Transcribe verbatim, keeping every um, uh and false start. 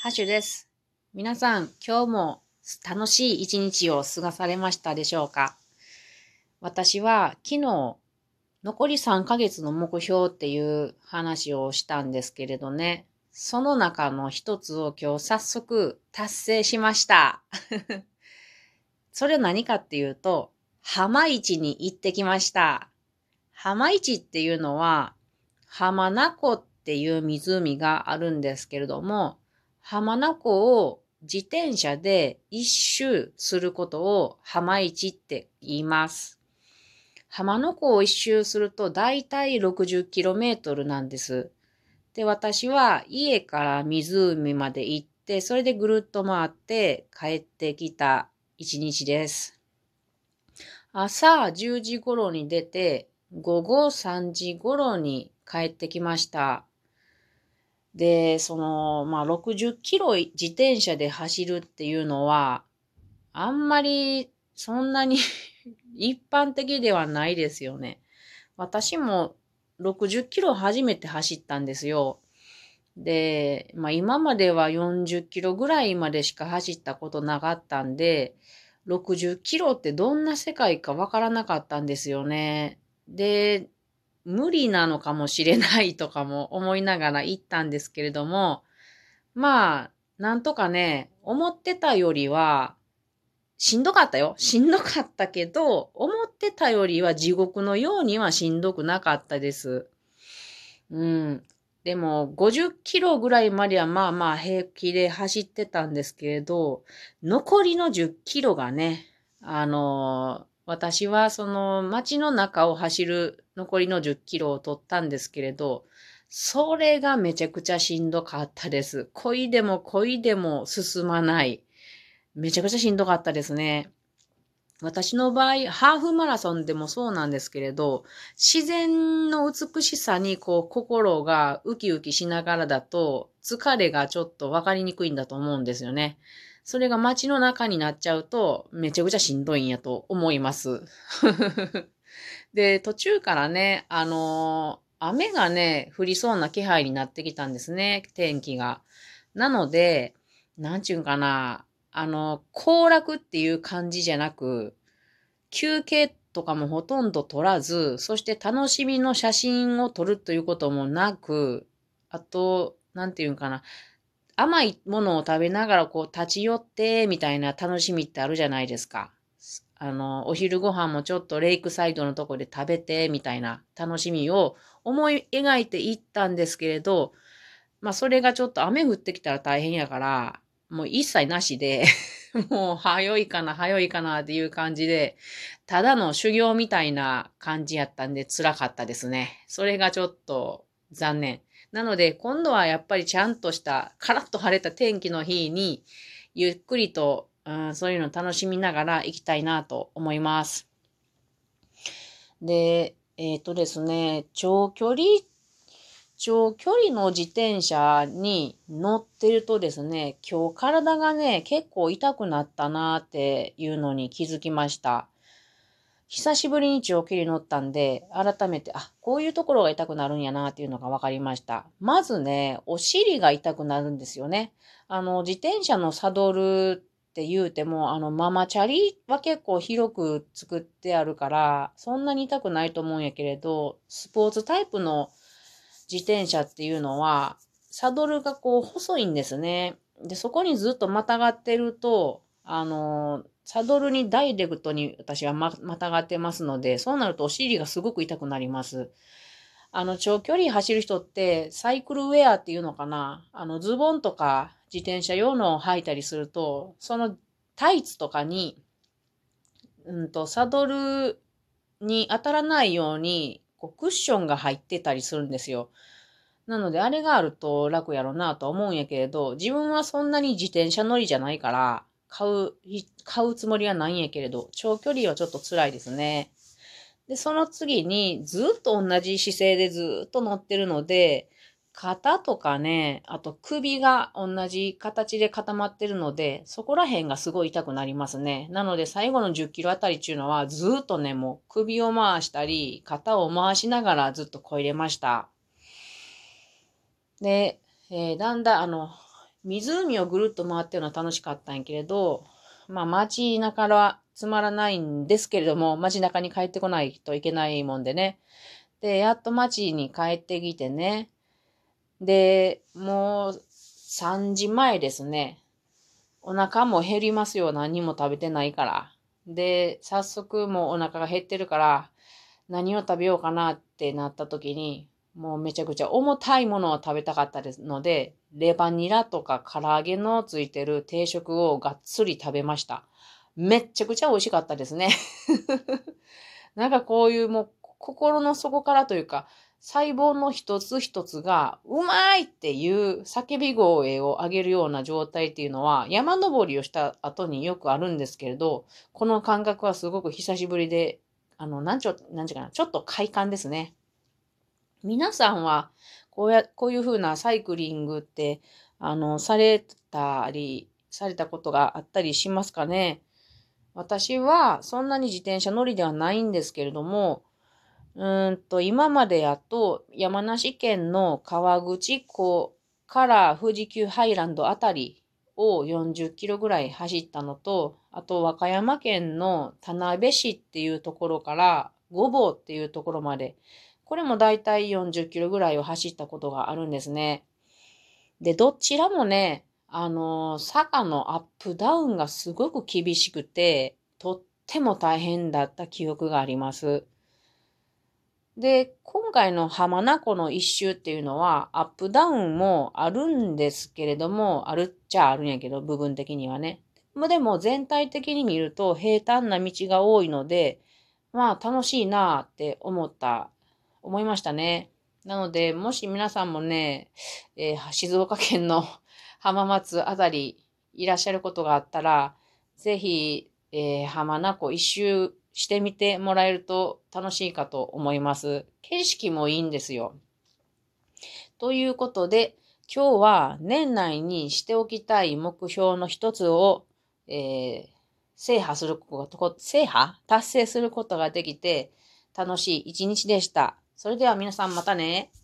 ハッシュです。皆さん、今日も楽しい一日を過ごされましたでしょうか？私は昨日、残りさんかげつの目標っていう話をしたんですけれどね、その中の一つを今日早速達成しました。それは何かっていうと、浜市に行ってきました。浜市っていうのは、浜名湖っていう湖があるんですけれども、浜名湖を自転車で一周することを浜市って言います。浜名湖を一周するとだいたい ろくじゅっキロメートル なんです。で、私は家から湖まで行って、それでぐるっと回って帰ってきた一日です。朝じゅうじ頃に出て、午後さんじ頃に帰ってきました。で、その、まあ、ろくじゅっキロ自転車で走るっていうのは、あんまりそんなに一般的ではないですよね。私もろくじゅっキロ初めて走ったんですよ。で、まあ今まではよんじゅっキロぐらいまでしか走ったことなかったんで、ろくじゅっキロってどんな世界かわからなかったんですよね。で、無理なのかもしれないとかも思いながら行ったんですけれども、まあ、なんとかね、思ってたよりは、しんどかったよ。しんどかったけど、思ってたよりは地獄のようにはしんどくなかったです。うん。でも、ごじゅっキロぐらいまではまあまあ平気で走ってたんですけれど、残りのじゅっキロがね、あの、私はその街の中を走る残りのじゅっキロを取ったんですけれど、それがめちゃくちゃしんどかったです。漕いでも漕いでも進まない。めちゃくちゃしんどかったですね。私の場合、ハーフマラソンでもそうなんですけれど、自然の美しさにこう心がウキウキしながらだと、疲れがちょっとわかりにくいんだと思うんですよね。それが街の中になっちゃうと、めちゃくちゃしんどいんやと思います。で、途中からね、あのー雨がね、降りそうな気配になってきたんですね、天気が。なので、なんちゅうんかな、あの、行楽っていう感じじゃなく、休憩とかもほとんど取らず、そして楽しみの写真を撮るということもなく、あと、なんていうんかな、甘いものを食べながらこう立ち寄ってみたいな楽しみってあるじゃないですか。あの、お昼ご飯もちょっとレイクサイドのとこで食べてみたいな楽しみを思い描いていったんですけれど、まあそれがちょっと雨降ってきたら大変やから、もう一切なしでもう早いかな早いかなっていう感じで、ただの修行みたいな感じやったんで辛かったですね。それがちょっと残念。なので今度はやっぱりちゃんとしたカラッと晴れた天気の日にゆっくりと、うん、そういうのを楽しみながら行きたいなと思います。で、えっとですね、長距離長距離の自転車に乗ってるとですね、今日体がね、結構痛くなったなーっていうのに気づきました。久しぶりに長距離乗ったんで、改めて、あ、こういうところが痛くなるんやなっていうのが分かりました。まずね、お尻が痛くなるんですよね。あの、自転車のサドルって言うても、あの、ママチャリは結構広く作ってあるから、そんなに痛くないと思うんやけれど、スポーツタイプの自転車っていうのは、サドルがこう細いんですね。で、そこにずっとまたがってると、あの、サドルにダイレクトに私はま、またがってますので、そうなるとお尻がすごく痛くなります。あの、長距離走る人って、サイクルウェアっていうのかな、あの、ズボンとか自転車用のを履いたりすると、そのタイツとかに、うんと、サドルに当たらないように、こうクッションが入ってたりするんですよ。なので、あれがあると楽やろうなと思うんやけれど、自分はそんなに自転車乗りじゃないから、買う、買うつもりはないんやけれど、長距離はちょっと辛いですね。で、その次に、ずっと同じ姿勢でずっと乗ってるので、肩とかね、あと首が同じ形で固まってるので、そこら辺がすごい痛くなりますね。なので最後のじゅっキロあたりっていうのはずっとね、もう首を回したり、肩を回しながらずっとこいれました。で、えーだんだんあの、 湖をぐるっと回ってるのは楽しかったんやけれど、まあ街中はつまらないんですけれども、街中に帰ってこないといけないもんでね。で、やっと街に帰ってきてね。で、もうさんじまえですね。お腹も減りますよ。何も食べてないから。で、早速もうお腹が減ってるから、何を食べようかなってなった時に、もうめちゃくちゃ重たいものを食べたかったですので、レバニラとか唐揚げのついてる定食をがっつり食べました。めっちゃくちゃ美味しかったですね。なんかこういうもう心の底からというか、細胞の一つ一つがうまいっていう叫び声を上げるような状態っていうのは山登りをした後によくあるんですけれど、この感覚はすごく久しぶりで、あの、なんちょ、なんちゅうかな、ちょっと快感ですね。皆さんはこうや、こういうふうなサイクリングって、あの、されたり、されたことがあったりしますかね。私はそんなに自転車乗りではないんですけれども、うーんと、今までやと山梨県の川口湖から富士急ハイランドあたりをよんじゅっキロぐらい走ったのと、あと和歌山県の田辺市っていうところから御坊っていうところまで、これもだいたいよんじゅっキロぐらいを走ったことがあるんですね。で、どちらもね、あの、坂のアップダウンがすごく厳しくて、とっても大変だった記憶があります。で、今回の浜名湖の一周っていうのは、アップダウンもあるんですけれども、あるっちゃあるんやけど、部分的にはね。まあでも全体的に見ると平坦な道が多いので、まあ楽しいなーって思った、思いましたね。なので、もし皆さんもね、えー静岡県の浜松あたりいらっしゃることがあったら、ぜひ、えー浜名湖一周してみてもらえると楽しいかと思います。景色もいいんですよ。ということで、今日は年内にしておきたい目標の一つを、えー制覇することが、制覇達成することができて楽しい一日でした。それでは皆さんまたね。